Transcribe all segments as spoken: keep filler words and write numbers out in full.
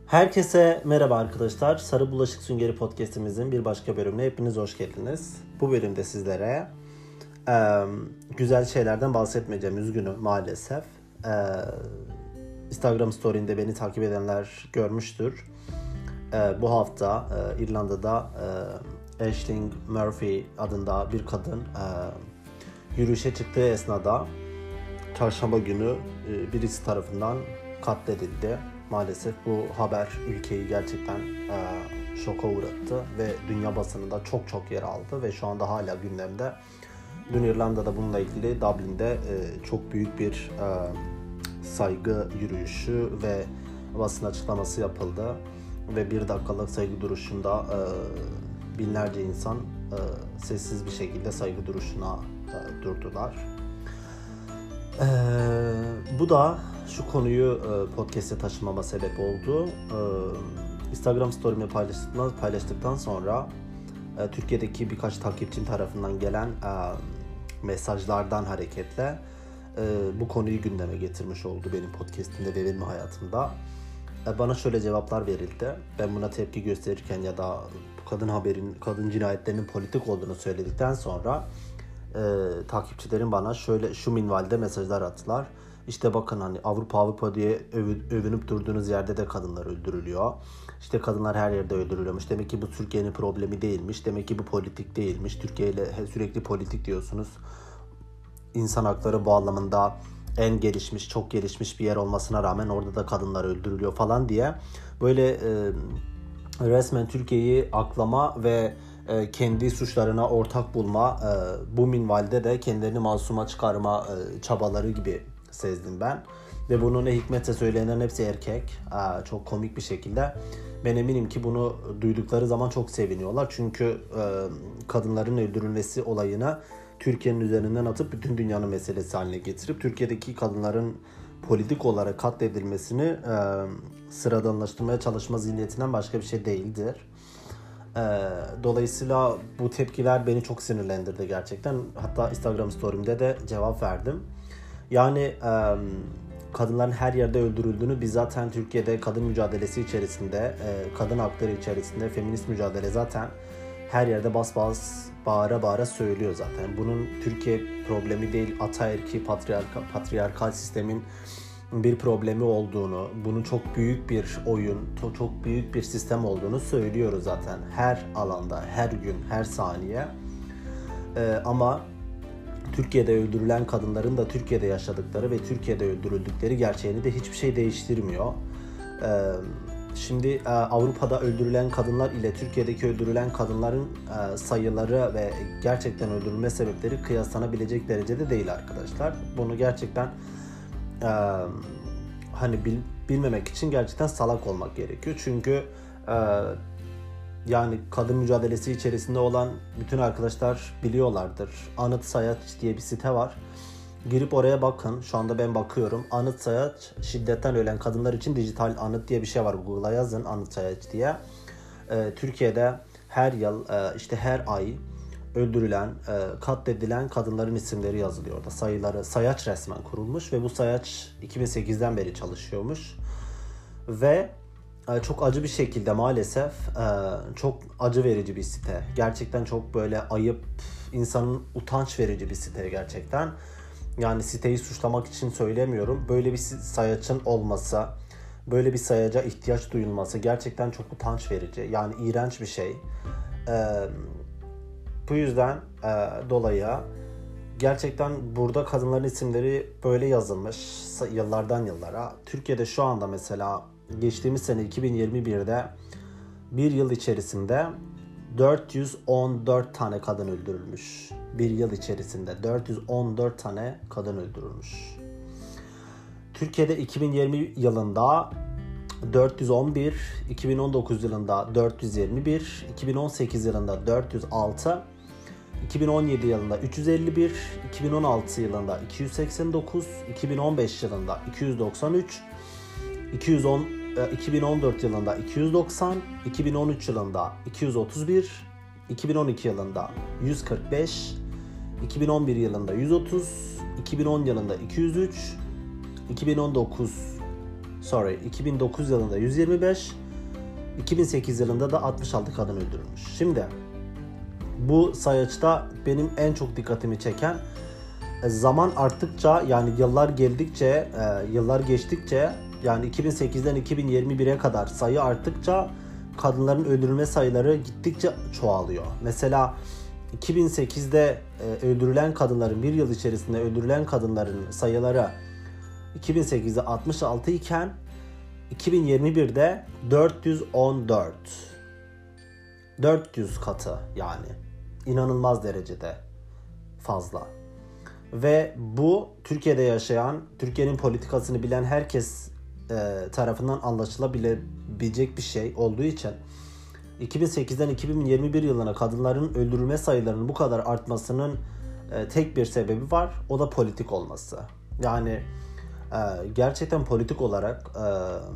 Herkese merhaba arkadaşlar. Sarı Bulaşık Süngeri Podcast'imizin bir başka bölümüne hepiniz hoş geldiniz. Bu bölümde sizlere e, güzel şeylerden bahsetmeyeceğim. Üzgünüm maalesef. E, Instagram Story'inde beni takip edenler görmüştür. E, bu hafta e, İrlanda'da e, Aisling Murphy adında bir kadın e, yürüyüşe çıktığı esnada çarşamba günü e, birisi tarafından katledildi. Maalesef bu haber ülkeyi gerçekten e, şoka uğrattı ve dünya basınında çok çok yer aldı ve şu anda hala gündemde. Dün İrlanda'da bununla ilgili Dublin'de e, çok büyük bir e, saygı yürüyüşü ve basın açıklaması yapıldı ve bir dakikalık saygı duruşunda e, binlerce insan e, sessiz bir şekilde saygı duruşuna e, durdular. E, bu da şu konuyu e, podcast'e taşımama sebep oldu. E, Instagram story'imi paylaştıktan, paylaştıktan sonra e, Türkiye'deki birkaç takipçim tarafından gelen e, mesajlardan hareketle e, bu konuyu gündeme getirmiş oldu benim podcast'imde ve benim hayatımda. E, bana şöyle cevaplar verildi. Ben buna tepki gösterirken ya da bu kadın haberin, kadın cinayetlerinin politik olduğunu söyledikten sonra e, takipçilerim bana şöyle şu minvalde mesajlar attılar. İşte bakın hani Avrupa Avrupa diye övünüp durduğunuz yerde de kadınlar öldürülüyor. İşte kadınlar her yerde öldürülüyormuş. Demek ki bu Türkiye'nin problemi değilmiş. Demek ki bu politik değilmiş. Türkiye ile sürekli politik diyorsunuz. İnsan hakları bağlamında en gelişmiş, çok gelişmiş bir yer olmasına rağmen orada da kadınlar öldürülüyor falan diye. Böyle e, resmen Türkiye'yi aklama ve e, kendi suçlarına ortak bulma, e, bu minvalde de kendilerini masuma çıkarma e, çabaları gibi sezdim ben. Ve bunu ne hikmetse söyleyenlerin hepsi erkek. Aa, çok komik bir şekilde. Ben eminim ki bunu duydukları zaman çok seviniyorlar. Çünkü e, kadınların öldürülmesi olayını Türkiye'nin üzerinden atıp bütün dünyanın meselesi haline getirip Türkiye'deki kadınların politik olarak katledilmesini e, sıradanlaştırmaya çalışma zihniyetinden başka bir şey değildir. E, dolayısıyla bu tepkiler beni çok sinirlendirdi gerçekten. Hatta Instagram story'imde de cevap verdim. Yani e, kadınların her yerde öldürüldüğünü biz zaten Türkiye'de kadın mücadelesi içerisinde, e, kadın hakları içerisinde feminist mücadele zaten her yerde bas bas bağıra bağıra söylüyor zaten. Bunun Türkiye problemi değil, ataerki patriarkal, patriarkal sistemin bir problemi olduğunu, bunun çok büyük bir oyun, çok, çok büyük bir sistem olduğunu söylüyoruz zaten her alanda, her gün, her saniye. E, ama Türkiye'de öldürülen kadınların da Türkiye'de yaşadıkları ve Türkiye'de öldürüldükleri gerçeğini de hiçbir şey değiştirmiyor. Ee, şimdi Avrupa'da öldürülen kadınlar ile Türkiye'deki öldürülen kadınların sayıları ve gerçekten öldürülme sebepleri kıyaslanabilecek derecede değil arkadaşlar. Bunu gerçekten e, hani bil, bilmemek için gerçekten salak olmak gerekiyor. Çünkü e, yani kadın mücadelesi içerisinde olan bütün arkadaşlar biliyorlardır. Anıt Sayaç diye bir site var. Girip oraya bakın. Şu anda ben bakıyorum. Anıt Sayaç, şiddetten ölen kadınlar için dijital anıt diye bir şey var. Google'a yazın Anıt Sayaç diye. Ee, Türkiye'de her yıl, e, işte her ay öldürülen, e, katledilen kadınların isimleri yazılıyor orada. Sayıları, sayaç resmen kurulmuş ve bu sayaç iki bin sekizden beri çalışıyormuş. Ve çok acı bir şekilde maalesef çok acı verici bir site. Gerçekten çok böyle ayıp, insanın utanç verici bir site gerçekten. Yani siteyi suçlamak için söylemiyorum. Böyle bir sayaçın olması, böyle bir sayaca ihtiyaç duyulması gerçekten çok utanç verici. Yani iğrenç bir şey. Bu yüzden dolayı gerçekten burada kadınların isimleri böyle yazılmış yıllardan yıllara. Türkiye'de şu anda mesela geçtiğimiz sene iki bin yirmi birde bir yıl içerisinde dört yüz on dört tane kadın öldürülmüş. Bir yıl içerisinde dört yüz on dört tane kadın öldürülmüş. Türkiye'de iki bin yirmi yılında dört yüz on bir, iki bin on dokuz yılında dört yüz yirmi bir, iki bin on sekiz yılında dört yüz altı, iki bin on yedi yılında üç yüz elli bir, iki bin on altı yılında iki yüz seksen dokuz, iki bin on beş yılında iki yüz doksan üç, iki yüz on, iki bin on dört yılında iki yüz doksan, iki bin on üç yılında iki yüz otuz bir, iki bin on iki yılında yüz kırk beş, iki bin on bir yılında yüz otuz, iki bin on yılında iki yüz üç, iki bin on dokuz sorry iki bin dokuz yılında yüz yirmi beş, iki bin sekiz yılında da altmış altı kadın öldürülmüş. Şimdi bu sayaçta benim en çok dikkatimi çeken zaman arttıkça, yani yıllar geldikçe, yıllar geçtikçe, yani iki bin sekizden iki bin yirmi bire kadar sayı arttıkça kadınların öldürülme sayıları gittikçe çoğalıyor. Mesela iki bin sekizde öldürülen kadınların, bir yıl içerisinde öldürülen kadınların sayıları iki bin sekizde altmış altı iken iki bin yirmi birde dört yüz on dört. dört yüz katı, yani inanılmaz derecede fazla. Ve bu Türkiye'de yaşayan, Türkiye'nin politikasını bilen herkes e, tarafından anlaşılabilecek bir şey olduğu için iki bin sekizden iki bin yirmi bir yılına kadınların öldürülme sayılarının bu kadar artmasının e, tek bir sebebi var. O da politik olması. Yani e, gerçekten politik olarak e,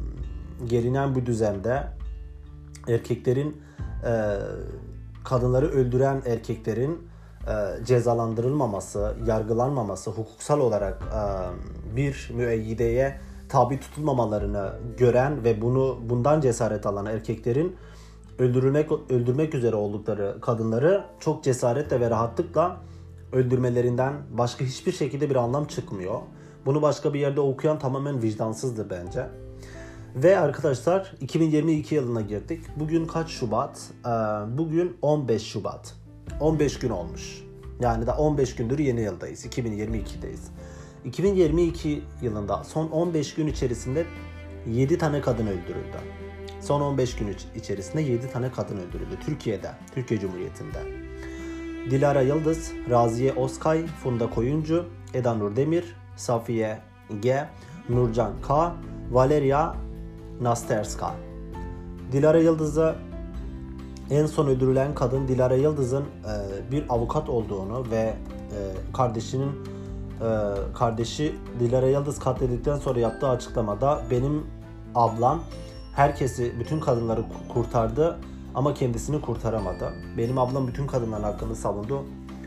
gelinen bu düzende erkeklerin, e, kadınları öldüren erkeklerin e, cezalandırılmaması, yargılanmaması, hukuksal olarak e, bir müeyyideye tabi tutulmamalarını gören ve bunu bundan cesaret alan erkeklerin öldürülmek öldürmek üzere oldukları kadınları çok cesaretle ve rahatlıkla öldürmelerinden başka hiçbir şekilde bir anlam çıkmıyor. Bunu başka bir yerde okuyan tamamen vicdansızdır bence. Ve arkadaşlar iki bin yirmi iki yılına girdik. Bugün kaç Şubat? Ee, bugün on beş Şubat. on beş gün olmuş. Yani da on beş gündür yeni yıldayız. iki bin yirmi ikideyiz. iki bin yirmi iki yılında son on beş gün içerisinde yedi tane kadın öldürüldü. Son on beş gün içerisinde yedi tane kadın öldürüldü. Türkiye'de, Türkiye Cumhuriyeti'nde. Dilara Yıldız, Raziye Özkay, Funda Koyuncu, Eda Nur Demir, Safiye G, Nurcan K, Valeria Nasterska. Dilara Yıldız'a en son öldürülen kadın Dilara Yıldız'ın e, bir avukat olduğunu ve e, kardeşinin e, kardeşi Dilara Yıldız katledildikten sonra yaptığı açıklamada benim ablam herkesi, bütün kadınları kurtardı ama kendisini kurtaramadı. Benim ablam bütün kadınların hakkını savundu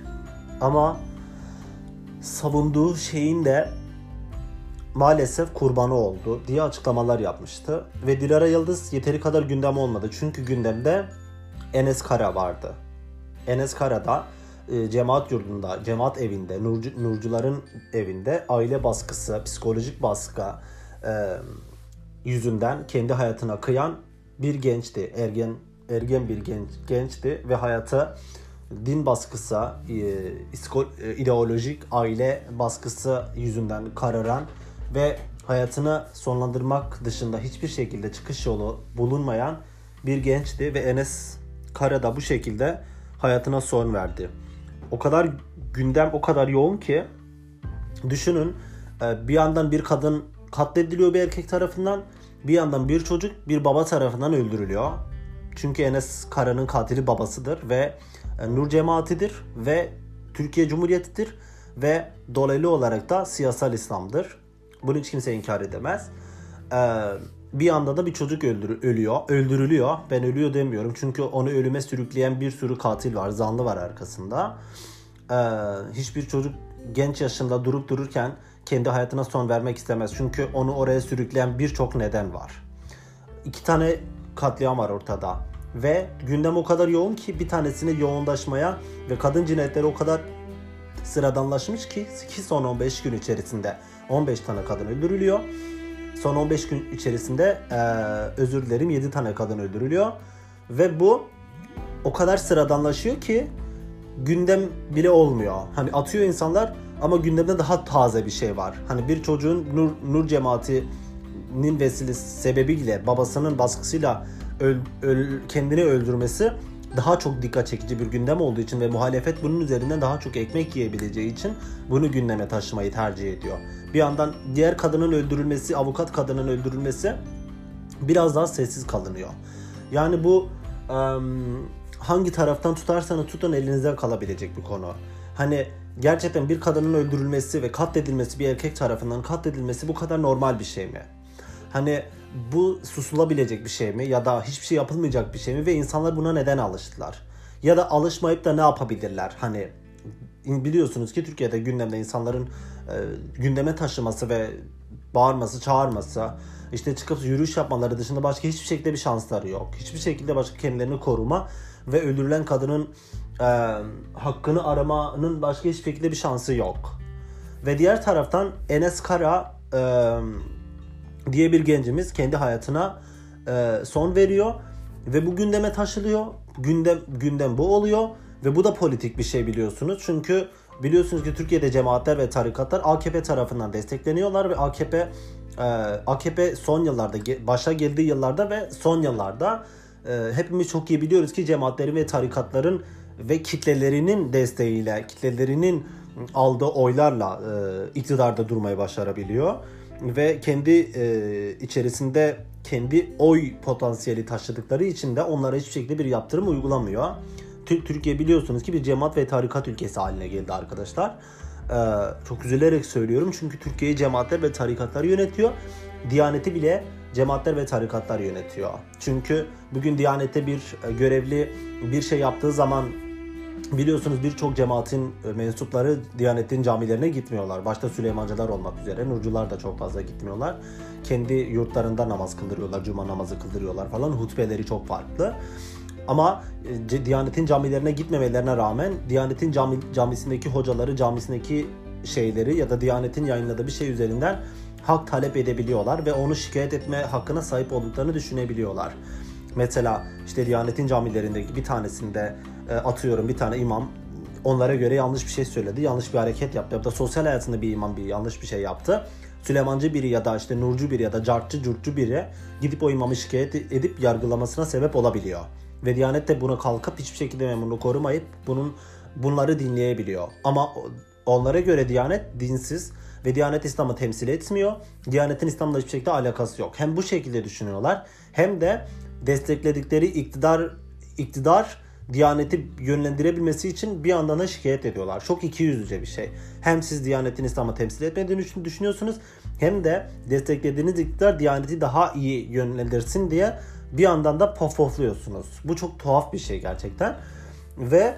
ama savunduğu şeyin de maalesef kurbanı oldu diye açıklamalar yapmıştı. Ve Dilara Yıldız yeteri kadar gündem olmadı. Çünkü gündemde Enes Kara vardı. Enes Kara da e, cemaat yurdunda, cemaat evinde, Nurcu, Nurcuların evinde aile baskısı, psikolojik baskı e, yüzünden kendi hayatına kıyan bir gençti. Ergen ergen bir genç, gençti ve hayatı din baskısı, e, ideolojik aile baskısı yüzünden kararan ve hayatını sonlandırmak dışında hiçbir şekilde çıkış yolu bulunmayan bir gençti ve Enes Kara da bu şekilde hayatına son verdi. O kadar gündem o kadar yoğun ki düşünün, bir yandan bir kadın katlediliyor bir erkek tarafından, bir yandan bir çocuk bir baba tarafından öldürülüyor. Çünkü Enes Kara'nın katili babasıdır ve Nur cemaatidir ve Türkiye Cumhuriyeti'dir ve dolaylı olarak da siyasal İslam'dır. Bunu hiç kimse inkar edemez. Ee, bir anda da bir çocuk öldür- ölüyor, öldürülüyor. Ben ölüyor demiyorum çünkü onu ölüme sürükleyen bir sürü katil var, zanlı var arkasında. Ee, hiçbir çocuk genç yaşında durup dururken kendi hayatına son vermek istemez. Çünkü onu oraya sürükleyen birçok neden var. İki tane katliam var ortada. Ve gündem o kadar yoğun ki bir tanesine yoğunlaşmaya ve kadın cinayetleri o kadar sıradanlaşmış ki, ki son on beş gün içerisinde on beş tane kadın öldürülüyor. Son on beş gün içerisinde ee, özür dilerim yedi tane kadın öldürülüyor. Ve bu o kadar sıradanlaşıyor ki gündem bile olmuyor. Hani atıyor insanlar ama gündemde daha taze bir şey var. Hani bir çocuğun Nur, Nur cemaatinin vesilesi sebebiyle, babasının baskısıyla öl, öl, kendini öldürmesi daha çok dikkat çekici bir gündem olduğu için ve muhalefet bunun üzerinden daha çok ekmek yiyebileceği için bunu gündeme taşımayı tercih ediyor. Bir yandan diğer kadının öldürülmesi, avukat kadının öldürülmesi biraz daha sessiz kalınıyor. Yani bu um, hangi taraftan tutarsanız tutun elinizden kalabilecek bir konu. Hani gerçekten bir kadının öldürülmesi ve katledilmesi, bir erkek tarafından katledilmesi bu kadar normal bir şey mi? Hani bu susulabilecek bir şey mi ya da hiçbir şey yapılmayacak bir şey mi ve insanlar buna neden alıştılar? Ya da alışmayıp da ne yapabilirler? Hani biliyorsunuz ki Türkiye'de gündemde insanların e, gündeme taşıması ve bağırması, çağırması, işte çıkıp yürüyüş yapmaları dışında başka hiçbir şekilde bir şansları yok. Hiçbir şekilde başka kendilerini koruma ve öldürülen kadının e, hakkını aramanın başka hiçbir şekilde bir şansı yok. Ve diğer taraftan Enes Kara e, diye bir gencimiz kendi hayatına e, son veriyor ve bu gündeme taşılıyor. Gündem gündem bu oluyor ve bu da politik bir şey biliyorsunuz. Çünkü biliyorsunuz ki Türkiye'de cemaatler ve tarikatlar A K P tarafından destekleniyorlar ve A K P e, A K P son yıllarda, başa geldiği yıllarda ve son yıllarda e, hepimiz çok iyi biliyoruz ki cemaatlerin ve tarikatların ve kitlelerinin desteğiyle, kitlelerinin aldığı oylarla e, iktidarda durmayı başarabiliyor ve kendi e, içerisinde kendi oy potansiyeli taşıdıkları için de onlara hiçbir şekilde bir yaptırım uygulamıyor. Türkiye biliyorsunuz ki bir cemaat ve tarikat ülkesi haline geldi arkadaşlar. Ee, çok üzülerek söylüyorum çünkü Türkiye'yi cemaatler ve tarikatlar yönetiyor. Diyaneti bile cemaatler ve tarikatlar yönetiyor. Çünkü bugün Diyanet'te bir görevli bir şey yaptığı zaman biliyorsunuz birçok cemaatin mensupları Diyanet'in camilerine gitmiyorlar. Başta Süleymancılar olmak üzere Nurcular da çok fazla gitmiyorlar. Kendi yurtlarında namaz kıldırıyorlar, cuma namazı kıldırıyorlar falan. Hutbeleri çok farklı. Ama e, Diyanet'in camilerine gitmemelerine rağmen Diyanet'in cami, camisindeki hocaları, camisindeki şeyleri ya da Diyanet'in yayınladığı bir şey üzerinden hak talep edebiliyorlar ve onu şikayet etme hakkına sahip olduklarını düşünebiliyorlar. Mesela işte Diyanet'in camilerindeki bir tanesinde e, atıyorum bir tane imam onlara göre yanlış bir şey söyledi, yanlış bir hareket yaptı ya da sosyal hayatında bir imam bir yanlış bir şey yaptı. Süleymancı biri ya da işte Nurcu biri ya da Cartçı Curtçu biri gidip o imamı şikayet edip yargılamasına sebep olabiliyor. Ve Diyanet de buna kalkıp hiçbir şekilde memnunluğu korumayıp bunun bunları dinleyebiliyor. Ama onlara göre Diyanet dinsiz ve Diyanet İslam'ı temsil etmiyor. Diyanet'in İslam'la hiçbir şekilde alakası yok. Hem bu şekilde düşünüyorlar hem de destekledikleri iktidar iktidar Diyanet'i yönlendirebilmesi için bir yandan da şikayet ediyorlar. Çok ikiyüzlüce bir şey. Hem siz Diyanet'in İslam'ı temsil etmediğini düşünüyorsunuz hem de desteklediğiniz iktidar Diyanet'i daha iyi yönlendirsin diye bir yandan da pofofluyorsunuz. Bu çok tuhaf bir şey gerçekten. Ve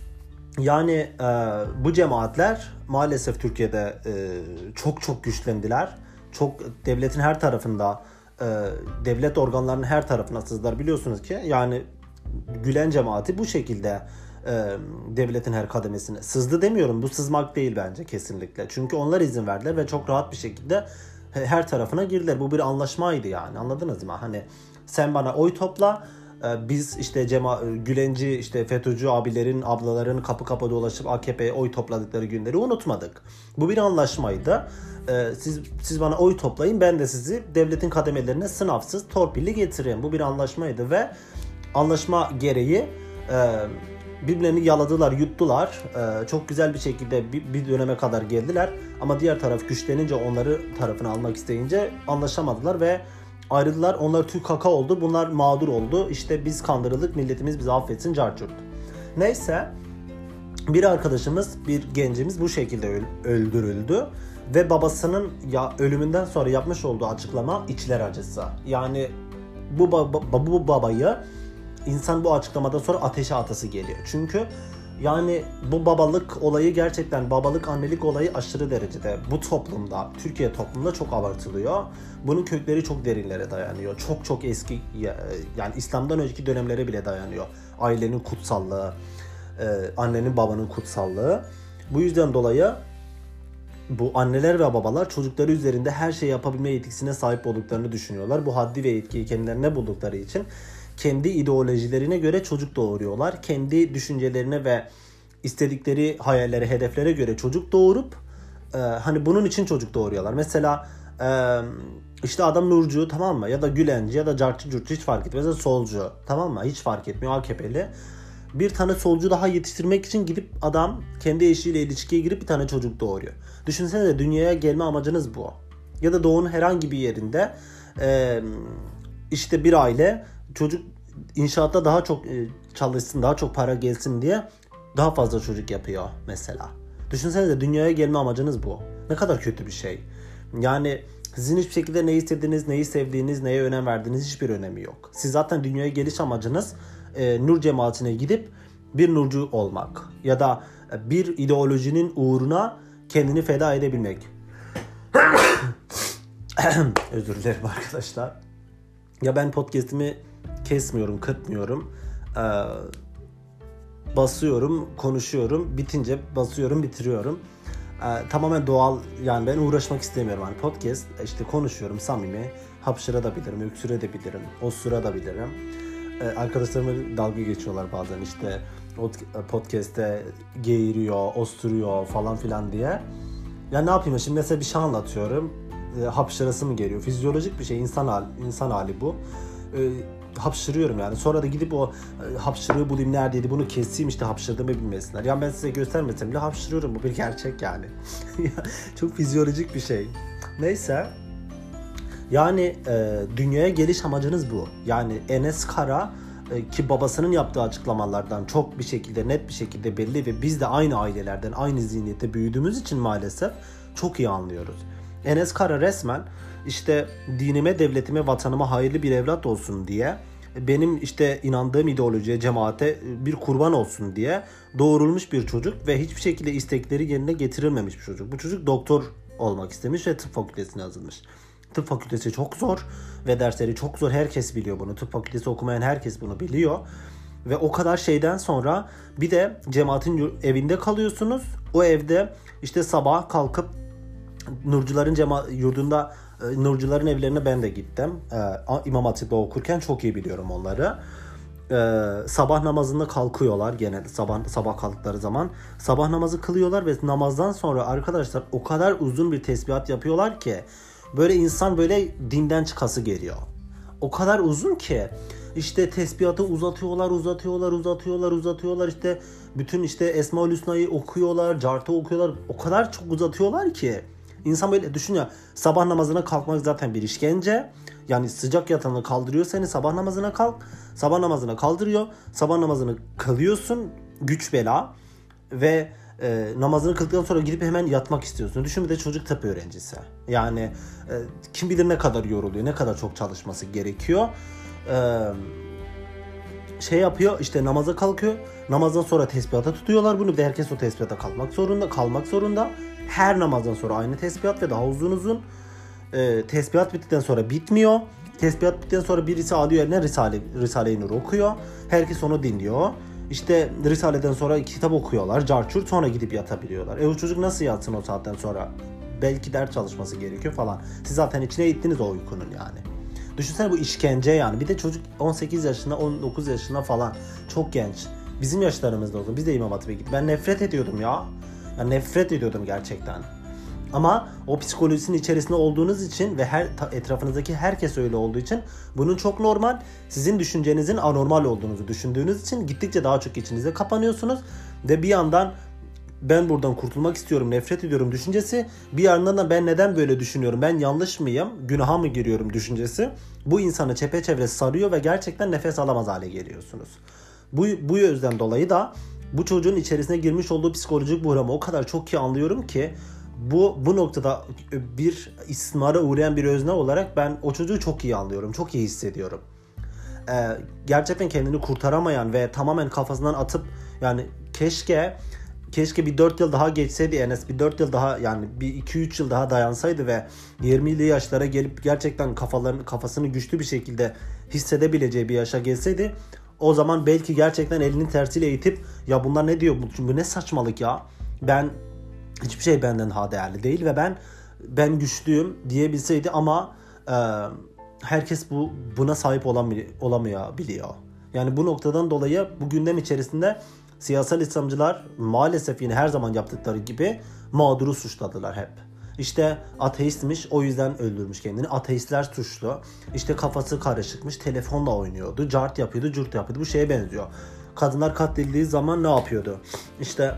yani e, bu cemaatler maalesef Türkiye'de e, çok çok güçlendiler. Çok devletin her tarafında, e, devlet organlarının her tarafına sızdılar biliyorsunuz ki. Yani Gülen cemaati bu şekilde e, devletin her kademesine sızdı demiyorum. Bu sızmak değil bence kesinlikle. Çünkü onlar izin verdiler ve çok rahat bir şekilde her tarafına girdiler. Bu bir anlaşmaydı yani, anladınız mı? Hani sen bana oy topla, biz işte Cema, Gülenci, işte FETÖ'cü abilerin, ablaların kapı kapı dolaşıp A K P'ye oy topladıkları günleri unutmadık. Bu bir anlaşmaydı. Siz siz bana oy toplayın, ben de sizi devletin kademelerine sınavsız, torpilli getireyim. Bu bir anlaşmaydı ve anlaşma gereği birbirlerini yaladılar, yuttular. Çok güzel bir şekilde bir döneme kadar geldiler. Ama diğer taraf güçlenince, onları tarafına almak isteyince anlaşamadılar ve ayrıldılar. Onlar tüy kaka oldu. Bunlar mağdur oldu. İşte biz kandırıldık. Milletimiz bizi affetsin. Carçurt. Neyse. Bir arkadaşımız, bir gencimiz bu şekilde öldürüldü. Ve babasının ya ölümünden sonra yapmış olduğu açıklama içler acısı. Yani bu, baba, bu babayı insan bu açıklamadan sonra ateşe atası geliyor. Çünkü yani bu babalık olayı gerçekten, babalık annelik olayı aşırı derecede bu toplumda, Türkiye toplumunda çok abartılıyor. Bunun kökleri çok derinlere dayanıyor. Çok çok eski, yani İslam'dan önceki dönemlere bile dayanıyor. Ailenin kutsallığı, annenin babanın kutsallığı. Bu yüzden dolayı bu anneler ve babalar çocukları üzerinde her şeyi yapabilme yetkisine sahip olduklarını düşünüyorlar. Bu haddi ve yetkiyi kendilerine buldukları için kendi ideolojilerine göre çocuk doğuruyorlar. Kendi düşüncelerine ve istedikleri hayallere, hedeflere göre çocuk doğurup e, hani bunun için çocuk doğuruyorlar. Mesela e, işte adam Nurcu, tamam mı? Ya da Gülenci ya da Cartçı Curtçu, hiç fark etmez. Ya da solcu, tamam mı? Hiç fark etmiyor, A K P'li. Bir tane solcu daha yetiştirmek için gidip adam kendi eşiyle ilişkiye girip bir tane çocuk doğuruyor. Düşünsenize, dünyaya gelme amacınız bu. Ya da doğunun herhangi bir yerinde e, işte bir aile çocuk inşaatta daha çok çalışsın, daha çok para gelsin diye daha fazla çocuk yapıyor mesela. Düşünsenize, dünyaya gelme amacınız bu. Ne kadar kötü bir şey. Yani sizin hiçbir şekilde ne istediğiniz, neyi sevdiğiniz, neye önem verdiğiniz hiçbir önemi yok. Siz zaten dünyaya geliş amacınız e, nur cemaatine gidip bir nurcu olmak. Ya da bir ideolojinin uğruna kendini feda edebilmek. Özür dilerim arkadaşlar. Ya ben podcast'imi kesmiyorum, kırpmıyorum. Ee, basıyorum, konuşuyorum. Bitince basıyorum, bitiriyorum. Ee, tamamen doğal, yani ben uğraşmak istemiyorum. Yani podcast, işte konuşuyorum samimi. Hapşırabilirim, öksürebilirim, osurabilirim. Ee, arkadaşlarım dalga geçiyorlar bazen, işte o podcast'te geğiriyor, osturuyor falan filan diye. Ya ne yapayım şimdi, mesela bir şey anlatıyorum. E, hapşırası mı geliyor? Fizyolojik bir şey, insan hali, insan hali bu. E, hapşırıyorum yani. Sonra da gidip o e, hapşırığı bulayım neredeydi, bunu keseyim, işte hapşırdığımı bilmesinler. Yani ben size göstermesem bile hapşırıyorum, bu bir gerçek yani. Çok fizyolojik bir şey. Neyse. Yani e, dünyaya geliş amacınız bu. Yani Enes Kara e, ki babasının yaptığı açıklamalardan çok bir şekilde, net bir şekilde belli ve biz de aynı ailelerden, aynı zihniyette büyüdüğümüz için maalesef çok iyi anlıyoruz. Enes Kara resmen işte dinime, devletime, vatanıma hayırlı bir evlat olsun diye, benim işte inandığım ideolojiye, cemaate bir kurban olsun diye doğurulmuş bir çocuk ve hiçbir şekilde istekleri yerine getirilmemiş bir çocuk. Bu çocuk doktor olmak istemiş ve tıp fakültesine yazılmış. Tıp fakültesi çok zor ve dersleri çok zor. Herkes biliyor bunu. Tıp fakültesi okumayan herkes bunu biliyor. Ve o kadar şeyden sonra bir de cemaatin evinde kalıyorsunuz. O evde işte sabah kalkıp Nurcuların cema- yurdunda, Nurcuların evlerine ben de gittim. Ee, İmam Hatip'te okurken çok iyi biliyorum onları. Ee, sabah namazında kalkıyorlar, gene sabah sabah kalktıkları zaman sabah namazı kılıyorlar ve namazdan sonra arkadaşlar o kadar uzun bir tesbihat yapıyorlar ki böyle insan böyle dinden çıkası geliyor. O kadar uzun ki işte tesbihatı uzatıyorlar, uzatıyorlar, uzatıyorlar, uzatıyorlar. İşte bütün işte Esmaül Hüsna'yı okuyorlar, Cart'ı okuyorlar. O kadar çok uzatıyorlar ki insan böyle düşünüyor. Sabah namazına kalkmak zaten bir işkence. Yani sıcak yatağını kaldırıyor seni, sabah namazına kalk. Sabah namazına kaldırıyor. Sabah namazını kılıyorsun. Güç bela. Ve e, namazını kıldıktan sonra gidip hemen yatmak istiyorsun. Düşün, bir de çocuk tıp öğrencisi. Yani e, kim bilir ne kadar yoruluyor, ne kadar çok çalışması gerekiyor. E, şey yapıyor, işte namaza kalkıyor. Namazdan sonra tesbihata tutuyorlar bunu. Bir de herkes o tesbihata kalkmak zorunda. Kalmak zorunda. Her namazdan sonra aynı tesbihat ve daha uzun uzun. E, tesbihat bittikten sonra bitmiyor. Tesbihat bittikten sonra birisi alıyor eline Risale, Risale-i Nur okuyor. Herkes onu dinliyor. İşte Risale'den sonra kitap okuyorlar. Carçurt, sonra gidip yatabiliyorlar. E o çocuk nasıl yatsın o saatten sonra? Belki ders çalışması gerekiyor falan. Siz zaten içine ittiniz o uykunun yani. Düşünsene, bu işkence yani. Bir de çocuk on sekiz yaşında, on dokuz yaşında falan. Çok genç. Bizim yaşlarımızda oldu. Biz de İmam Hatip'e gittik. Ben nefret ediyordum ya. Ya nefret ediyordum gerçekten. Ama o psikolojisinin içerisinde olduğunuz için ve her etrafınızdaki herkes öyle olduğu için bunun çok normal, sizin düşüncenizin anormal olduğunuzu düşündüğünüz için gittikçe daha çok içinize kapanıyorsunuz ve bir yandan ben buradan kurtulmak istiyorum, nefret ediyorum düşüncesi, bir yandan da ben neden böyle düşünüyorum, ben yanlış mıyım, günaha mı giriyorum düşüncesi bu insanı çepeçevre sarıyor ve gerçekten nefes alamaz hale geliyorsunuz. Bu, bu yüzden dolayı da bu çocuğun içerisine girmiş olduğu psikolojik buhramı o kadar çok iyi anlıyorum ki Bu bu noktada bir istismara uğrayan bir özne olarak ben o çocuğu çok iyi anlıyorum, çok iyi hissediyorum. Ee, gerçekten kendini kurtaramayan ve tamamen kafasından atıp, yani keşke keşke bir dört yıl daha geçseydi Enes, bir dört yıl daha, yani bir iki üç yıl daha dayansaydı ve yirmili yaşlara gelip gerçekten kafalarını kafasını güçlü bir şekilde hissedebileceği bir yaşa gelseydi, o zaman belki gerçekten elinin tersiyle eğitip ya bunlar ne diyor, bu, bu ne saçmalık ya, ben hiçbir şey benden daha değerli değil ve ben ben güçlüyüm diyebilseydi, ama e, herkes bu buna sahip olamıyor, olamayabiliyor. Yani bu noktadan dolayı bu gündem içerisinde siyasal İslamcılar maalesef yine her zaman yaptıkları gibi mağduru suçladılar hep. İşte ateistmiş, o yüzden öldürmüş kendini. Ateistler suçlu. İşte kafası karışıkmış, telefonla oynuyordu, cart yapıyordu, curt yapıyordu. Bu şeye benziyor. Kadınlar katledildiği zaman ne yapıyordu? İşte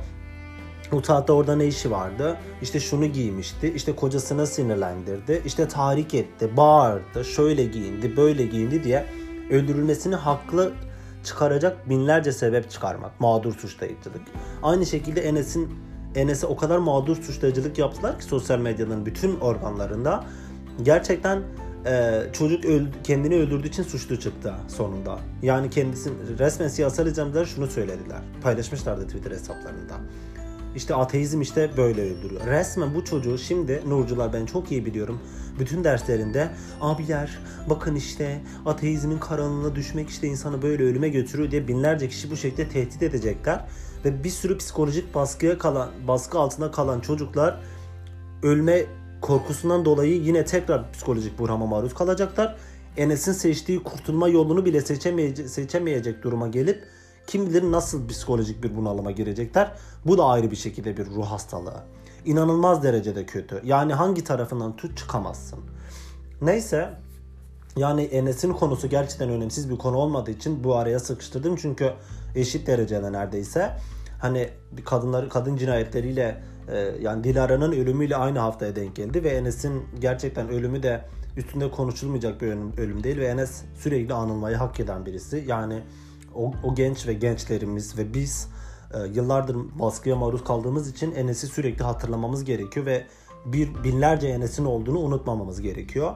o saatte orada ne işi vardı? İşte şunu giymişti. İşte kocasını sinirlendirdi. İşte tahrik etti, bağırdı, şöyle giyindi, böyle giyindi diye öldürülmesini haklı çıkaracak binlerce sebep çıkarmak. Mağdur suçlayıcılık. Aynı şekilde Enes'in Enes'e o kadar mağdur suçlayıcılık yaptılar ki sosyal medyanın bütün organlarında. Gerçekten e, çocuk öldü, kendini öldürdüğü için suçlu çıktı sonunda. Yani kendisi resmen siyasal İslamcılar şunu söylediler. Paylaşmışlardı Twitter hesaplarında. İşte ateizm işte böyle öldürüyor. Resmen bu çocuğu şimdi Nurcular, ben çok iyi biliyorum. Bütün derslerinde abiler bakın işte ateizmin karanlığına düşmek işte insanı böyle ölüme götürüyor diye binlerce kişi bu şekilde tehdit edecekler. Ve bir sürü psikolojik baskıya kalan, baskı altında kalan çocuklar ölme korkusundan dolayı yine tekrar psikolojik buhrama maruz kalacaklar. Enes'in seçtiği kurtulma yolunu bile seçemeyecek, seçemeyecek duruma gelip kim bilir nasıl psikolojik bir bunalıma girecekler. Bu da ayrı bir şekilde bir ruh hastalığı. İnanılmaz derecede kötü. Yani hangi tarafından tut çıkamazsın. Neyse, yani Enes'in konusu gerçekten önemsiz bir konu olmadığı için bu araya sıkıştırdım. Çünkü eşit derecede neredeyse. Hani kadınlar kadın cinayetleriyle e, yani Dilara'nın ölümüyle aynı haftaya denk geldi ve Enes'in gerçekten ölümü de üstünde konuşulmayacak bir ölüm, ölüm değil ve Enes sürekli anılmayı hak eden birisi. Yani o, o genç ve gençlerimiz ve biz e, yıllardır baskıya maruz kaldığımız için Enes'i sürekli hatırlamamız gerekiyor ve bir binlerce Enes'in olduğunu unutmamamız gerekiyor.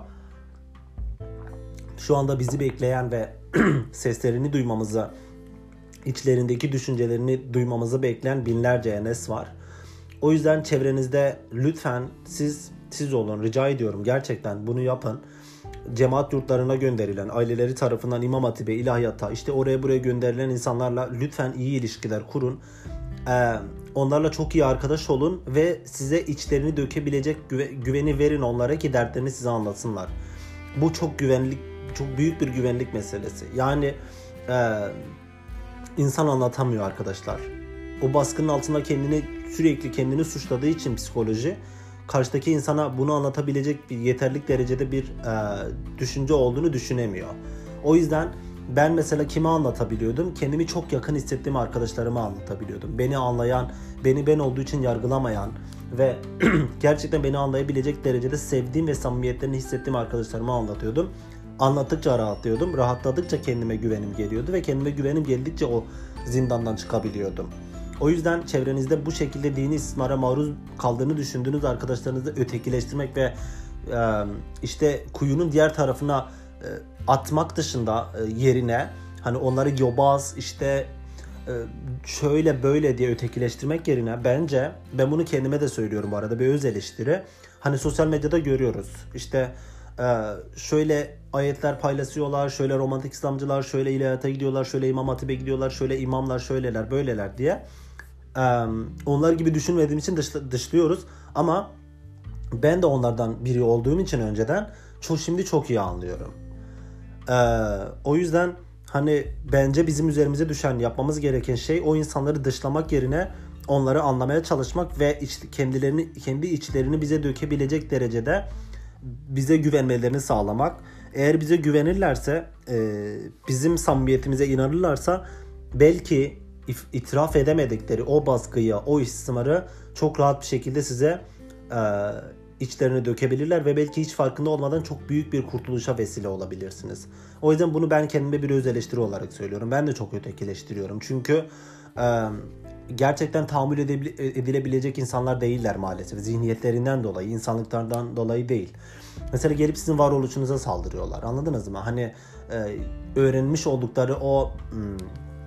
Şu anda bizi bekleyen ve seslerini duymamızı, içlerindeki düşüncelerini duymamızı bekleyen binlerce Enes var. O yüzden çevrenizde lütfen siz siz olun, rica ediyorum, gerçekten bunu yapın. Cemaat yurtlarına gönderilen, aileleri tarafından İmam Hatip'e, ilahiyata, işte oraya buraya gönderilen insanlarla lütfen iyi ilişkiler kurun. Ee, onlarla çok iyi arkadaş olun ve size içlerini dökebilecek güve, güveni verin onlara ki dertlerini size anlatsınlar. Bu çok güvenlik, çok büyük bir güvenlik meselesi. Yani e, insan anlatamıyor arkadaşlar. O baskının altında kendini sürekli kendini suçladığı için psikoloji, karşıdaki insana bunu anlatabilecek bir yeterlik derecede bir e, düşünce olduğunu düşünemiyor. O yüzden ben mesela kime anlatabiliyordum? Kendimi çok yakın hissettiğim arkadaşlarıma anlatabiliyordum. Beni anlayan, beni ben olduğu için yargılamayan ve gerçekten beni anlayabilecek derecede sevdiğim ve samimiyetlerini hissettiğim arkadaşlarıma anlatıyordum. Anlattıkça rahatlıyordum. Rahatladıkça kendime güvenim geliyordu ve kendime güvenim geldikçe o zindandan çıkabiliyordum. O yüzden çevrenizde bu şekilde dini istismara maruz kaldığını düşündüğünüz arkadaşlarınızı ötekileştirmek ve e, işte kuyunun diğer tarafına e, atmak dışında e, yerine hani onları yobaz işte e, şöyle böyle diye ötekileştirmek yerine, bence ben bunu kendime de söylüyorum bu arada, bir öz eleştiri. Hani sosyal medyada görüyoruz işte e, şöyle ayetler paylaşıyorlar, şöyle romantik İslamcılar, şöyle ilahiyata gidiyorlar, şöyle İmam Hatip'e gidiyorlar, şöyle imamlar şöyleler böyleler diye. Onlar gibi düşünmediğim için dışlıyoruz ama ben de onlardan biri olduğum için önceden çok şimdi çok iyi anlıyorum. O yüzden hani bence bizim üzerimize düşen, yapmamız gereken şey o insanları dışlamak yerine onları anlamaya çalışmak ve iç, kendilerini kendi içlerini bize dökebilecek derecede bize güvenmelerini sağlamak. Eğer bize güvenirlerse, bizim samimiyetimize inanırlarsa belki itiraf edemedikleri o baskıyı, o istismarı çok rahat bir şekilde size e, içlerine dökebilirler ve belki hiç farkında olmadan çok büyük bir kurtuluşa vesile olabilirsiniz. O yüzden bunu ben kendime bir öz eleştiri olarak söylüyorum. Ben de çok ötekileştiriyorum. Çünkü e, gerçekten tahammül edilebilecek insanlar değiller maalesef. Zihniyetlerinden dolayı, insanlıklardan dolayı değil. Mesela gelip sizin varoluşunuza saldırıyorlar. Anladınız mı? Hani e, öğrenmiş oldukları o... Hmm,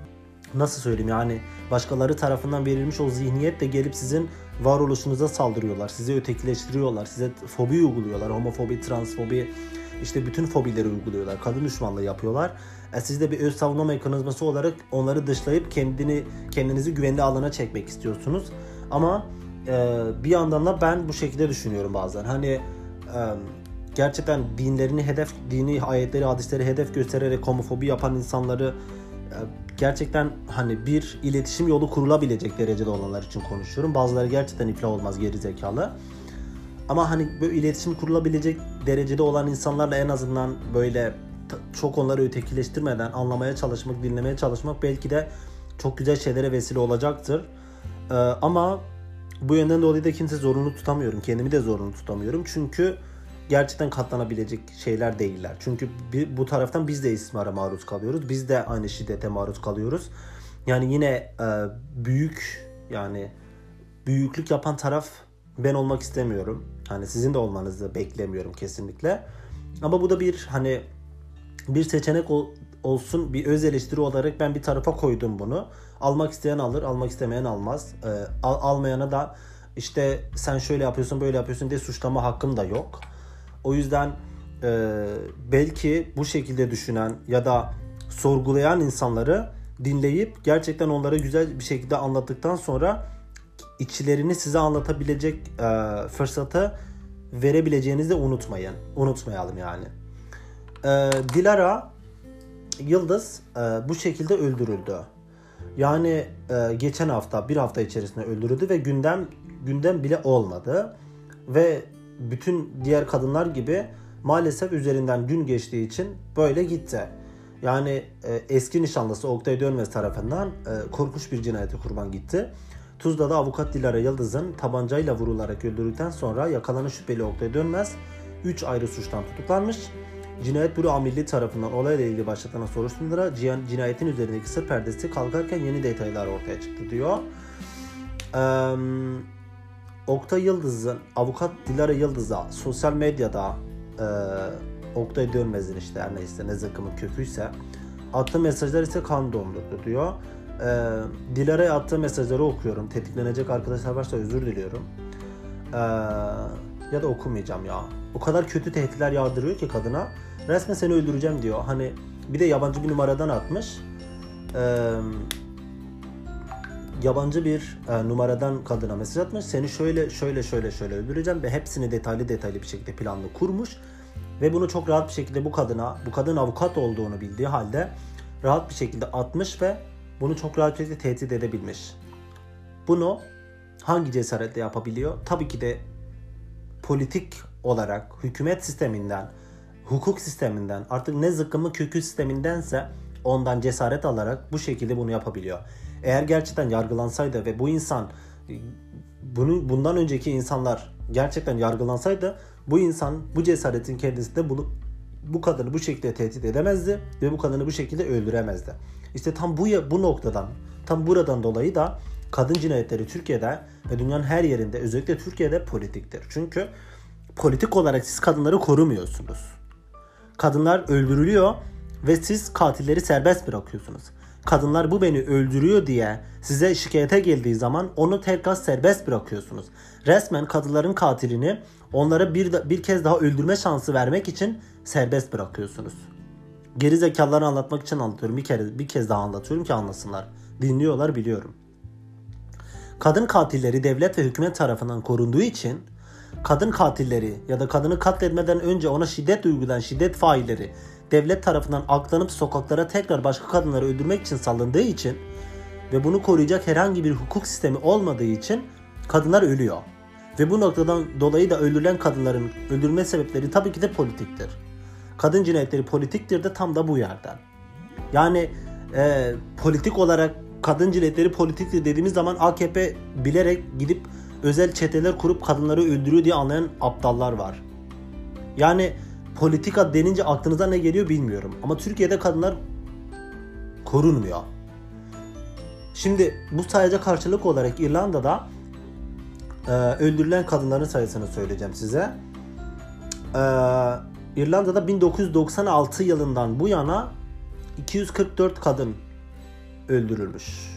nasıl söyleyeyim, yani başkaları tarafından verilmiş o zihniyetle gelip sizin varoluşunuza saldırıyorlar. Sizi ötekileştiriyorlar. Size fobi uyguluyorlar. Homofobi, transfobi, işte bütün fobileri uyguluyorlar. Kadın düşmanlığı yapıyorlar. E siz de bir öz savunma mekanizması olarak onları dışlayıp kendini kendinizi güvenli alana çekmek istiyorsunuz. Ama e, bir yandan da ben bu şekilde düşünüyorum bazen. Hani e, gerçekten dinlerini hedef, dini ayetleri, hadisleri hedef göstererek homofobi yapan insanları gerçekten hani bir iletişim yolu kurulabilecek derecede olanlar için konuşuyorum. Bazıları gerçekten iflah olmaz, geri zekalı. Ama hani böyle iletişim kurulabilecek derecede olan insanlarla en azından böyle çok onları ötekileştirmeden anlamaya çalışmak, dinlemeye çalışmak belki de çok güzel şeylere vesile olacaktır. Ee, ama bu yönden dolayı da kimse zorunlu tutamıyorum. Kendimi de zorunlu tutamıyorum. Çünkü gerçekten katlanabilecek şeyler değiller. Çünkü bir, bu taraftan biz de istismara maruz kalıyoruz. Biz de aynı şiddete maruz kalıyoruz. Yani yine e, büyük yani büyüklük yapan taraf ben olmak istemiyorum. Hani sizin de olmanızı beklemiyorum kesinlikle. Ama bu da bir hani bir seçenek ol, olsun, bir öz eleştiri olarak ben bir tarafa koydum bunu. Almak isteyen alır, almak istemeyen almaz. Ee, al, almayana da işte sen şöyle yapıyorsun, böyle yapıyorsun diye suçlama hakkım da yok. O yüzden e, belki bu şekilde düşünen ya da sorgulayan insanları dinleyip gerçekten onlara güzel bir şekilde anlattıktan sonra içlerini size anlatabilecek e, fırsatı verebileceğinizi de unutmayın. Unutmayalım yani. E, Dilara Yıldız e, bu şekilde öldürüldü. Yani e, geçen hafta, bir hafta içerisinde öldürüldü ve gündem gündem bile olmadı. Ve bütün diğer kadınlar gibi maalesef üzerinden gün geçtiği için böyle gitti. Yani e, eski nişanlısı Oktay Dönmez tarafından e, korkunç bir cinayete kurban gitti. Tuzla'da avukat Dilara Yıldız'ın tabancayla vurularak öldürüldükten sonra yakalanan şüpheli Oktay Dönmez üç ayrı suçtan tutuklanmış. Cinayet Büro Amirliği tarafından olayla ilgili başlatılan soruşturmada cinayetin üzerindeki sır perdesi kalkarken yeni detaylar ortaya çıktı diyor. Ee, Oktay Yıldız'ın, avukat Dilara Yıldız'a sosyal medyada e, Oktay Dönmez'in işte her neyse ne zıkkımın köküyse attığı mesajlar ise kan dondurdu diyor. Ee, Dilara'ya attığı mesajları okuyorum. Tetiklenecek arkadaşlar varsa özür diliyorum. Ee, ya da okumayacağım ya. O kadar kötü tehditler yağdırıyor ki kadına. Resmen seni öldüreceğim diyor. Hani bir de yabancı bir numaradan atmış. Ee, yabancı bir e, numaradan kadına mesaj atmış. Seni şöyle şöyle şöyle şöyle öldüreceğim ve hepsini detaylı detaylı bir şekilde planlı kurmuş. Ve bunu çok rahat bir şekilde bu kadına, bu kadın avukat olduğunu bildiği halde rahat bir şekilde atmış ve bunu çok rahat bir şekilde tehdit edebilmiş. Bunu hangi cesaretle yapabiliyor? Tabii ki de politik olarak hükümet sisteminden, hukuk sisteminden, artık ne zıkkımı kökü sistemindense ondan cesaret alarak bu şekilde bunu yapabiliyor. Eğer gerçekten yargılansaydı ve bu insan, bunu, bundan önceki insanlar gerçekten yargılansaydı, bu insan bu cesaretin kendisinde bunu, bu kadını bu şekilde tehdit edemezdi ve bu kadını bu şekilde öldüremezdi. İşte tam bu bu noktadan, tam buradan dolayı da kadın cinayetleri Türkiye'de ve dünyanın her yerinde, özellikle Türkiye'de politiktir. Çünkü politik olarak siz kadınları korumuyorsunuz. Kadınlar öldürülüyor ve siz katilleri serbest bırakıyorsunuz. Kadınlar bu beni öldürüyor diye size şikayete geldiği zaman onu tekrar serbest bırakıyorsunuz. Resmen kadınların katilini onlara bir, bir kez daha öldürme şansı vermek için serbest bırakıyorsunuz. Geri zekalıları anlatmak için anlatıyorum. Bir kere bir kez daha anlatıyorum ki anlasınlar. Dinliyorlar, biliyorum. Kadın katilleri devlet ve hükümet tarafından korunduğu için kadın katilleri ya da kadını katletmeden önce ona şiddet uygulayan şiddet failleri devlet tarafından aklanıp sokaklara tekrar başka kadınları öldürmek için salındığı için ve bunu koruyacak herhangi bir hukuk sistemi olmadığı için kadınlar ölüyor. Ve bu noktadan dolayı da öldürülen kadınların öldürülme sebepleri tabii ki de politiktir. Kadın cinayetleri politiktir de tam da bu yerden. Yani e, politik olarak kadın cinayetleri politiktir dediğimiz zaman A K P bilerek gidip özel çeteler kurup kadınları öldürüyor diye anlayan aptallar var. Yani politika denince aklınıza ne geliyor bilmiyorum. Ama Türkiye'de kadınlar korunmuyor. Şimdi bu sayaca karşılık olarak İrlanda'da e, öldürülen kadınların sayısını söyleyeceğim size. E, İrlanda'da bin dokuz yüz doksan altı yılından bu yana iki yüz kırk dört kadın öldürülmüş.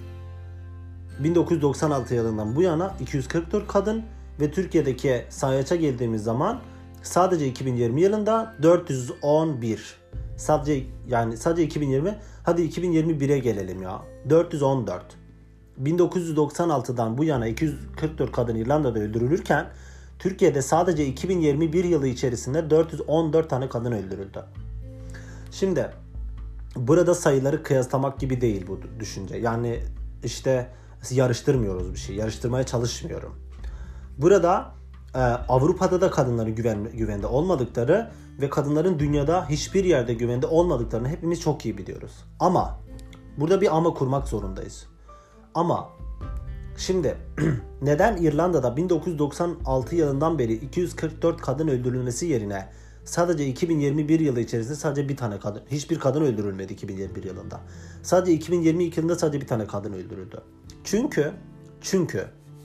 bin dokuz yüz doksan altı yılından bu yana iki yüz kırk dört kadın ve Türkiye'deki sayaça geldiğimiz zaman sadece iki bin yirmi yılında dört yüz on bir. Sadece yani sadece iki bin yirmi, hadi iki bin yirmi bire gelelim ya. dört yüz on dört. bin dokuz yüz doksan altıdan bu yana iki yüz kırk dört kadın İrlanda'da öldürülürken Türkiye'de sadece iki bin yirmi bir yılı içerisinde dört yüz on dört tane kadın öldürüldü. Şimdi burada sayıları kıyaslamak gibi değil bu düşünce. Yani işte yarıştırmıyoruz bir şey. Yarıştırmaya çalışmıyorum. Burada e, Avrupa'da da kadınların güven, güvende olmadıkları ve kadınların dünyada hiçbir yerde güvende olmadıklarını hepimiz çok iyi biliyoruz. Ama burada bir ama kurmak zorundayız. Ama şimdi neden İrlanda'da bin dokuz yüz doksan altı yılından beri iki yüz kırk dört kadın öldürülmesi yerine sadece iki bin yirmi bir yılı içerisinde sadece bir tane kadın, hiçbir kadın öldürülmedi iki bin yirmi bir yılında. Sadece iki bin yirmi iki yılında sadece bir tane kadın öldürüldü. Çünkü çünkü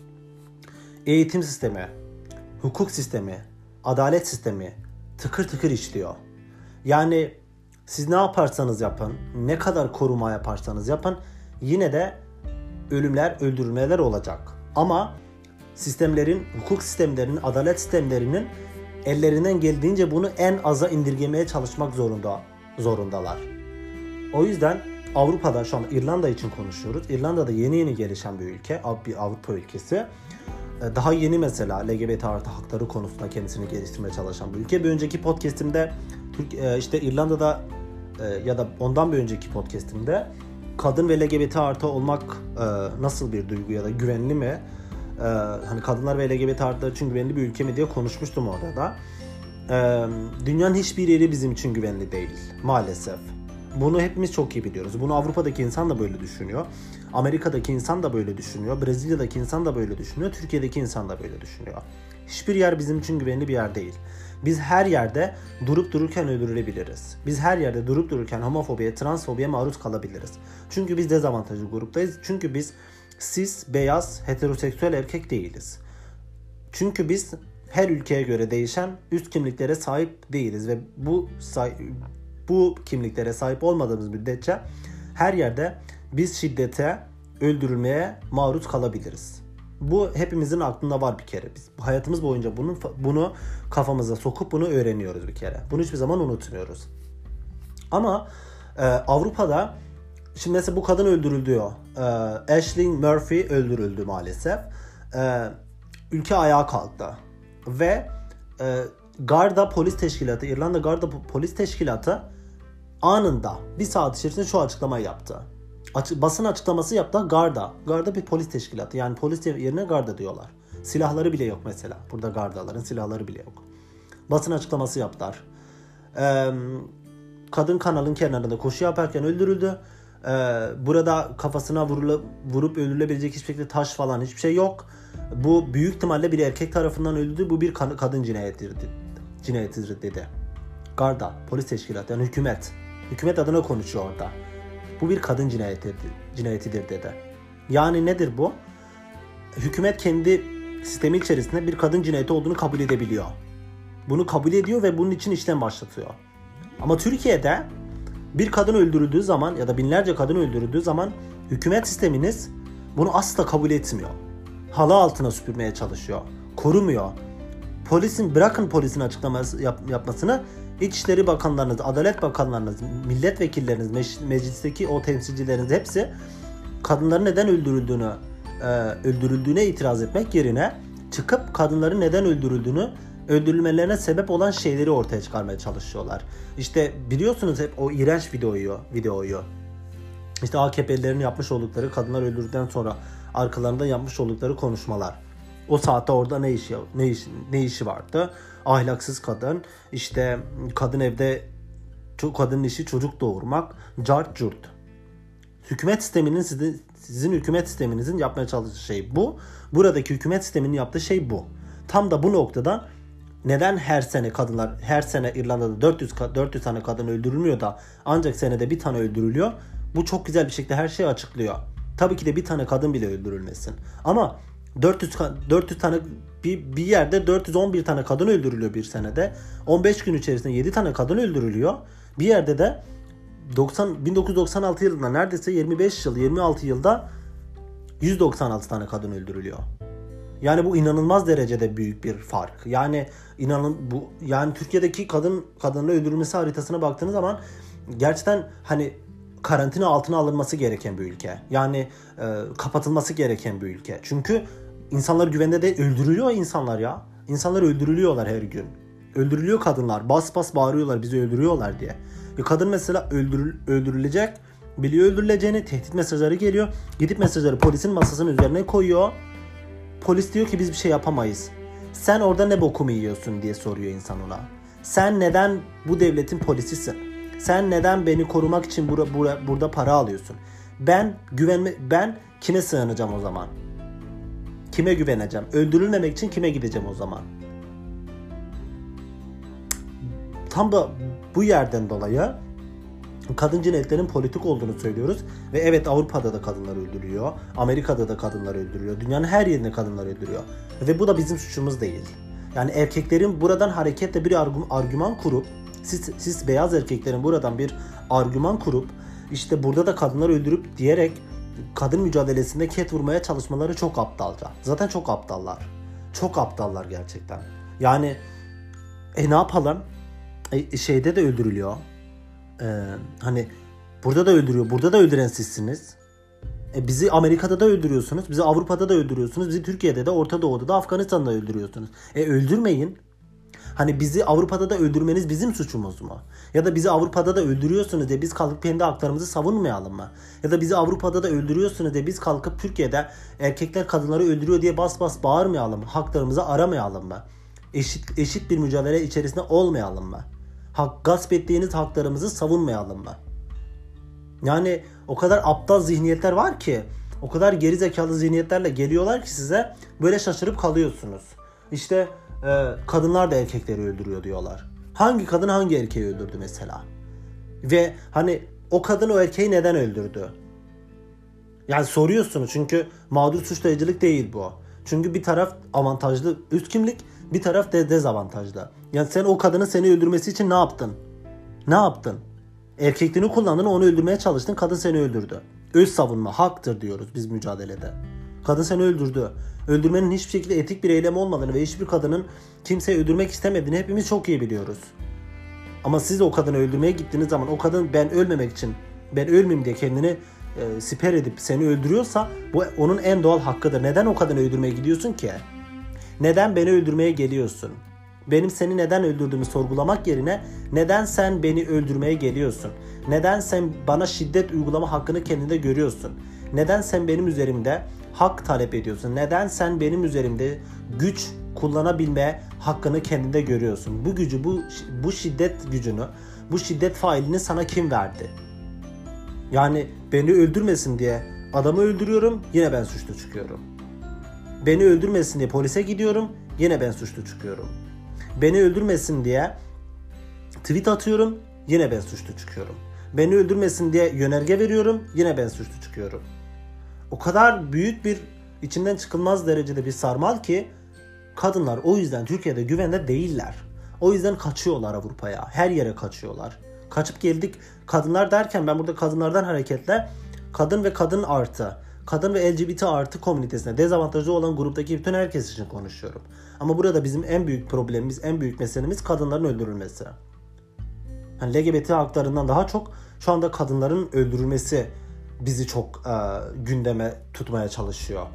eğitim sistemi, hukuk sistemi, adalet sistemi tıkır tıkır işliyor. Yani siz ne yaparsanız yapın, ne kadar koruma yaparsanız yapın, yine de ölümler, öldürülmeler olacak. Ama sistemlerin, hukuk sistemlerinin, adalet sistemlerinin ellerinden geldiğince bunu en aza indirgemeye çalışmak zorunda zorundalar. O yüzden Avrupa'da, şu anda İrlanda için konuşuyoruz. İrlanda'da yeni yeni gelişen bir ülke, bir Avrupa ülkesi. Daha yeni mesela L G B T artı hakları konusunda kendisini geliştirmeye çalışan bir ülke. Bir önceki podcastimde işte İrlanda'da ya da ondan bir önceki podcastimde kadın ve L G B T artı olmak nasıl bir duygu ya da güvenli mi? Hani kadınlar ve L G B T artılar için güvenli bir ülke mi diye konuşmuştum orada da. Dünyanın hiçbir yeri bizim için güvenli değil maalesef. Bunu hepimiz çok iyi biliyoruz. Bunu Avrupa'daki insan da böyle düşünüyor. Amerika'daki insan da böyle düşünüyor. Brezilya'daki insan da böyle düşünüyor. Türkiye'deki insan da böyle düşünüyor. Hiçbir yer bizim için güvenli bir yer değil. Biz her yerde durup dururken öldürülebiliriz. Biz her yerde durup dururken homofobiye, transfobiye maruz kalabiliriz. Çünkü biz dezavantajlı gruptayız. Çünkü biz cis, beyaz, heteroseksüel erkek değiliz. Çünkü biz her ülkeye göre değişen üst kimliklere sahip değiliz ve bu bu kimliklere sahip olmadığımız müddetçe her yerde biz şiddete, öldürülmeye maruz kalabiliriz. Bu hepimizin aklında var bir kere. Biz hayatımız boyunca bunu bunu kafamıza sokup bunu öğreniyoruz bir kere. Bunu hiçbir zaman unutmuyoruz. Ama e, Avrupa'da şimdi mesela bu kadın öldürüldü. E, Ashley Murphy öldürüldü maalesef. E, ülke ayağa kalktı. Ve e, Garda Polis Teşkilatı, İrlanda Garda Polis Teşkilatı anında bir saat içerisinde şu açıklamayı yaptı. Açı, basın açıklaması yaptı. Garda. Garda bir polis teşkilatı. Yani polis yerine Garda diyorlar. Silahları bile yok mesela. Burada Gardaların silahları bile yok. Basın açıklaması yaptılar. Ee, kadın kanalın kenarında koşu yaparken öldürüldü. Ee, burada kafasına vurulup, vurup öldürülebilecek hiçbir şekilde taş falan hiçbir şey yok. Bu büyük ihtimalle bir erkek tarafından öldürdü. Bu bir kadın cinayetidir, cinayetidir dedi. Garda, polis teşkilatı yani hükümet. Hükümet adına konuşuyor orada. Bu bir kadın cinayetidir, cinayetidir dedi. Yani nedir bu? Hükümet kendi sistemi içerisinde bir kadın cinayeti olduğunu kabul edebiliyor. Bunu kabul ediyor ve bunun için işlem başlatıyor. Ama Türkiye'de bir kadın öldürüldüğü zaman ya da binlerce kadın öldürüldüğü zaman hükümet sisteminiz bunu asla kabul etmiyor. Halı altına süpürmeye çalışıyor. Korumuyor. Polisin, bırakın polisin açıklaması yap, yapmasını, İçişleri Bakanlarınız, Adalet Bakanlarınız, milletvekilleriniz, mec- meclisteki o temsilcileriniz hepsi kadınların neden öldürüldüğünü, e, öldürüldüğüne itiraz etmek yerine çıkıp kadınların neden öldürüldüğünü, öldürülmelerine sebep olan şeyleri ortaya çıkarmaya çalışıyorlar. İşte biliyorsunuz hep o iğrenç videoyu, videoyu. İşte A K P'lilerin yapmış oldukları, kadınlar öldürdükten sonra arkalarında yapmış oldukları konuşmalar. O saatte orada ne işi ne işi ne işi vardı? Ahlaksız kadın, işte kadın evde, kadının işi çocuk doğurmak, cart curt. Hükümet sisteminin sizin, sizin hükümet sisteminizin yapmaya çalıştığı şey bu. Buradaki hükümet sisteminin yaptığı şey bu. Tam da bu noktadan neden her sene kadınlar, her sene İrlanda'da dört yüz dört yüz tane kadın öldürülmüyor da ancak senede bir tane öldürülüyor? Bu çok güzel bir şekilde her şeyi açıklıyor. Tabii ki de bir tane kadın bile öldürülmesin. Ama dört yüz dört yüz tane bir, bir yerde dört yüz on bir tane kadın öldürülüyor bir senede. on beş gün içerisinde yedi tane kadın öldürülüyor. Bir yerde de doksan bin dokuz yüz doksan altı yılında neredeyse yirmi beş yıl, yirmi altı yılda yüz doksan altı tane kadın öldürülüyor. Yani bu inanılmaz derecede büyük bir fark. Yani inanın bu yani Türkiye'deki kadın kadınla öldürülmesi haritasına baktığınız zaman gerçekten hani karantina altına alınması gereken bir ülke. Yani e, kapatılması gereken bir ülke. Çünkü insanlar güvende de öldürülüyor insanlar ya. İnsanlar öldürülüyorlar her gün. Öldürülüyor kadınlar. Bas bas bağırıyorlar bizi öldürüyorlar diye. Bir kadın mesela öldürül, öldürülecek. Biliyor öldürüleceğini. Tehdit mesajları geliyor. Gidip mesajları polisin masasının üzerine koyuyor. Polis diyor ki biz bir şey yapamayız. Sen orada ne bokumu yiyorsun diye soruyor insan ona. Sen neden bu devletin polisisin? Sen neden beni korumak için bura, bura, burada para alıyorsun? Ben güvenme ben kime sığınacağım o zaman? Kime güveneceğim? Öldürülmemek için kime gideceğim o zaman? Tam da bu yerden dolayı kadın cinayetlerinin politik olduğunu söylüyoruz. Ve evet Avrupa'da da kadınlar öldürülüyor. Amerika'da da kadınlar öldürülüyor. Dünyanın her yerinde kadınlar öldürüyor. Ve bu da bizim suçumuz değil. Yani erkeklerin buradan hareketle bir argüman kurup Siz, siz beyaz erkeklerin buradan bir argüman kurup işte burada da kadınlar öldürüp diyerek kadın mücadelesinde ket vurmaya çalışmaları çok aptalca. Zaten çok aptallar. Çok aptallar gerçekten. Yani e ne yapalım? E, şeyde de öldürülüyor. E, hani burada da öldürüyor. Burada da öldüren sizsiniz. E, bizi Amerika'da da öldürüyorsunuz. Bizi Avrupa'da da öldürüyorsunuz. Bizi Türkiye'de de, Orta Doğu'da da, Afganistan'da öldürüyorsunuz. E öldürmeyin. Hani bizi Avrupa'da da öldürmeniz bizim suçumuz mu? Ya da bizi Avrupa'da da öldürüyorsunuz diye biz kalkıp kendi haklarımızı savunmayalım mı? Ya da bizi Avrupa'da da öldürüyorsunuz diye biz kalkıp Türkiye'de erkekler kadınları öldürüyor diye bas bas bağırmayalım mı? Haklarımızı aramayalım mı? Eşit, eşit bir mücadele içerisinde olmayalım mı? Hak, gasp ettiğiniz haklarımızı savunmayalım mı? Yani o kadar aptal zihniyetler var ki, o kadar gerizekalı zihniyetlerle geliyorlar ki size böyle şaşırıp kalıyorsunuz. İşte e, kadınlar da erkekleri öldürüyor diyorlar. Hangi kadın hangi erkeği öldürdü mesela? Ve hani o kadın o erkeği neden öldürdü? Yani soruyorsunuz çünkü mağdur suçlayıcılık değil bu. Çünkü bir taraf avantajlı üst kimlik, bir taraf de dezavantajlı. Yani sen o kadının seni öldürmesi için ne yaptın? Ne yaptın? Erkekliğini kullandın, onu öldürmeye çalıştın, kadın seni öldürdü. Öz savunma haktır diyoruz biz mücadelede. Kadın seni öldürdü. Öldürmenin hiçbir şekilde etik bir eylem olmadığını ve hiçbir kadının kimseyi öldürmek istemediğini hepimiz çok iyi biliyoruz. Ama siz o kadını öldürmeye gittiğiniz zaman o kadın ben ölmemek için, ben ölmeyeyim diye kendini e, siper edip seni öldürüyorsa bu onun en doğal hakkıdır. Neden o kadını öldürmeye gidiyorsun ki? Neden beni öldürmeye geliyorsun? Benim seni neden öldürdüğümü sorgulamak yerine neden sen beni öldürmeye geliyorsun? Neden sen bana şiddet uygulama hakkını kendinde görüyorsun? Neden sen benim üzerimde hak talep ediyorsun? Neden sen benim üzerimde güç kullanabilme hakkını kendinde görüyorsun? Bu gücü, bu bu şiddet gücünü, bu şiddet failini sana kim verdi? Yani beni öldürmesin diye adamı öldürüyorum, yine ben suçlu çıkıyorum. Beni öldürmesin diye polise gidiyorum, yine ben suçlu çıkıyorum. Beni öldürmesin diye tweet atıyorum, yine ben suçlu çıkıyorum. Beni öldürmesin diye yönerge veriyorum, yine ben suçlu çıkıyorum. O kadar büyük bir içinden çıkılmaz derecede bir sarmal ki kadınlar o yüzden Türkiye'de güvende değiller. O yüzden kaçıyorlar Avrupa'ya. Her yere kaçıyorlar. Kaçıp geldik kadınlar derken ben burada kadınlardan hareketle kadın ve kadın artı, kadın ve L G B T artı komünitesine dezavantajlı olan gruptaki bütün herkes için konuşuyorum. Ama burada bizim en büyük problemimiz, en büyük meselemiz kadınların öldürülmesi. Yani L G B T haklarından daha çok şu anda kadınların öldürülmesi bizi çok e, gündeme tutmaya çalışıyor.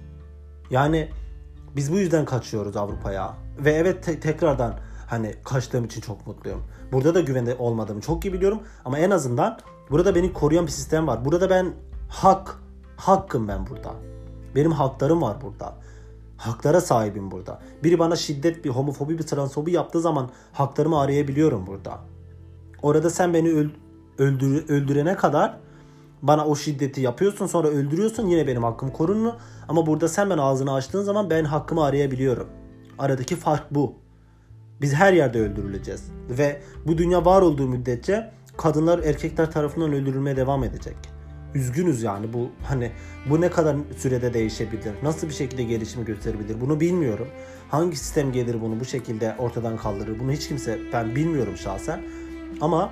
Yani biz bu yüzden kaçıyoruz Avrupa'ya. Ve evet te- tekrardan hani kaçtığım için çok mutluyum. Burada da güvende olmadığımı çok iyi biliyorum. Ama en azından burada beni koruyan bir sistem var. Burada ben hak, hakkım ben burada. Benim haklarım var burada. Haklara sahibim burada. Biri bana şiddet, bir homofobi, bir transfobi yaptığı zaman haklarımı arayabiliyorum burada. Orada sen beni öl- öldür- öldürene kadar bana o şiddeti yapıyorsun, sonra öldürüyorsun, yine benim hakkım korunmuyor. Ama burada sen ben ağzını açtığın zaman ben hakkımı arayabiliyorum. Aradaki fark bu. Biz her yerde öldürüleceğiz. Ve bu dünya var olduğu müddetçe kadınlar erkekler tarafından öldürülmeye devam edecek. Üzgünüz yani bu hani bu ne kadar sürede değişebilir? Nasıl bir şekilde gelişimi gösterebilir? Bunu bilmiyorum. Hangi sistem gelir bunu bu şekilde ortadan kaldırır? Bunu hiç kimse ben bilmiyorum şahsen. Ama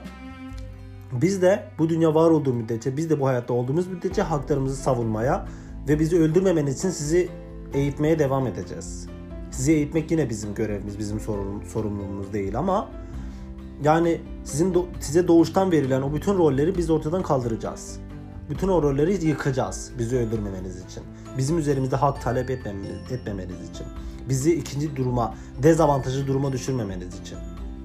biz de bu dünya var olduğu müddetçe, biz de bu hayatta olduğumuz müddetçe haklarımızı savunmaya ve bizi öldürmemeniz için sizi eğitmeye devam edeceğiz. Sizi eğitmek yine bizim görevimiz, bizim sorun, sorumluluğumuz değil ama yani sizin do- size doğuştan verilen o bütün rolleri biz ortadan kaldıracağız. Bütün o rolleri yıkacağız bizi öldürmemeniz için. Bizim üzerimizde hak talep etmemeniz, etmemeniz için. Bizi ikinci duruma, dezavantajlı duruma düşürmemeniz için.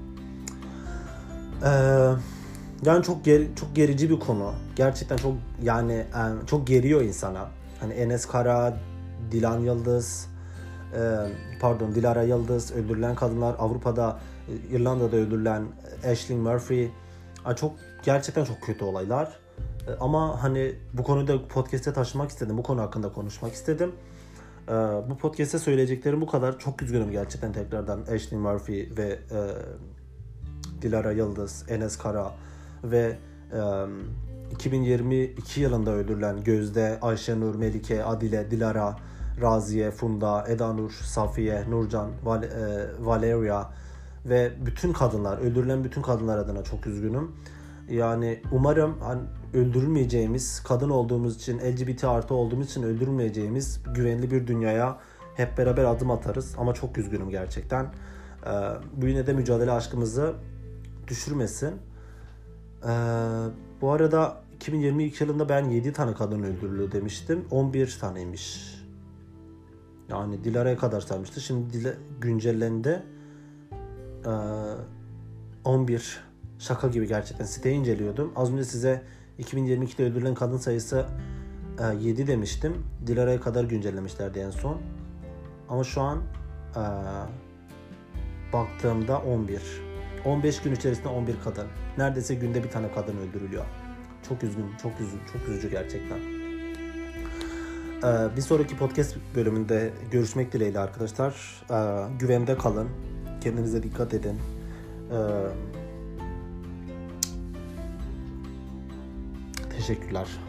Eee Yani çok geri, çok gerici bir konu. Gerçekten çok yani çok geriyor insana. Hani Enes Kara, Dilan Yıldız, pardon Dilara Yıldız, öldürülen kadınlar, Avrupa'da, İrlanda'da öldürülen Ashling Murphy. Çok gerçekten çok kötü olaylar. Ama hani bu konuyu da podcast'e taşımak istedim. Bu konu hakkında konuşmak istedim. Bu podcast'te söyleyeceklerim bu kadar. Çok üzgünüm gerçekten tekrardan Ashling Murphy ve Dilara Yıldız, Enes Kara ve e, iki bin yirmi iki yılında öldürülen Gözde, Ayşenur, Melike, Adile, Dilara, Raziye, Funda, Edanur, Safiye, Nurcan, Val- e, Valeria ve bütün kadınlar, öldürülen bütün kadınlar adına çok üzgünüm. Yani umarım hani öldürülmeyeceğimiz, kadın olduğumuz için, L G B T artı olduğumuz için öldürülmeyeceğimiz güvenli bir dünyaya hep beraber adım atarız. Ama çok üzgünüm gerçekten. Ee, bu yine de mücadele aşkımızı düşürmesin. Ee, bu arada iki bin yirmi iki yılında ben yedi tane kadın öldürüldü demiştim. on bir taneymiş. Yani Dilara'ya kadar saymıştı. Şimdi Dila güncellendi. Ee, on bir. Şaka gibi gerçekten. Siteyi inceliyordum. Az önce size iki bin yirmi ikide öldürülen kadın sayısı e, yedi demiştim. Dilara'ya kadar güncellemişlerdi en son. Ama şu an e, baktığımda on bir. on beş gün içerisinde on bir kadın. Neredeyse günde bir tane kadın öldürülüyor. Çok üzgün, çok üzücü, çok üzücü gerçekten. Ee, bir sonraki podcast bölümünde görüşmek dileğiyle arkadaşlar. Ee, güvende kalın. Kendinize dikkat edin. Ee, teşekkürler.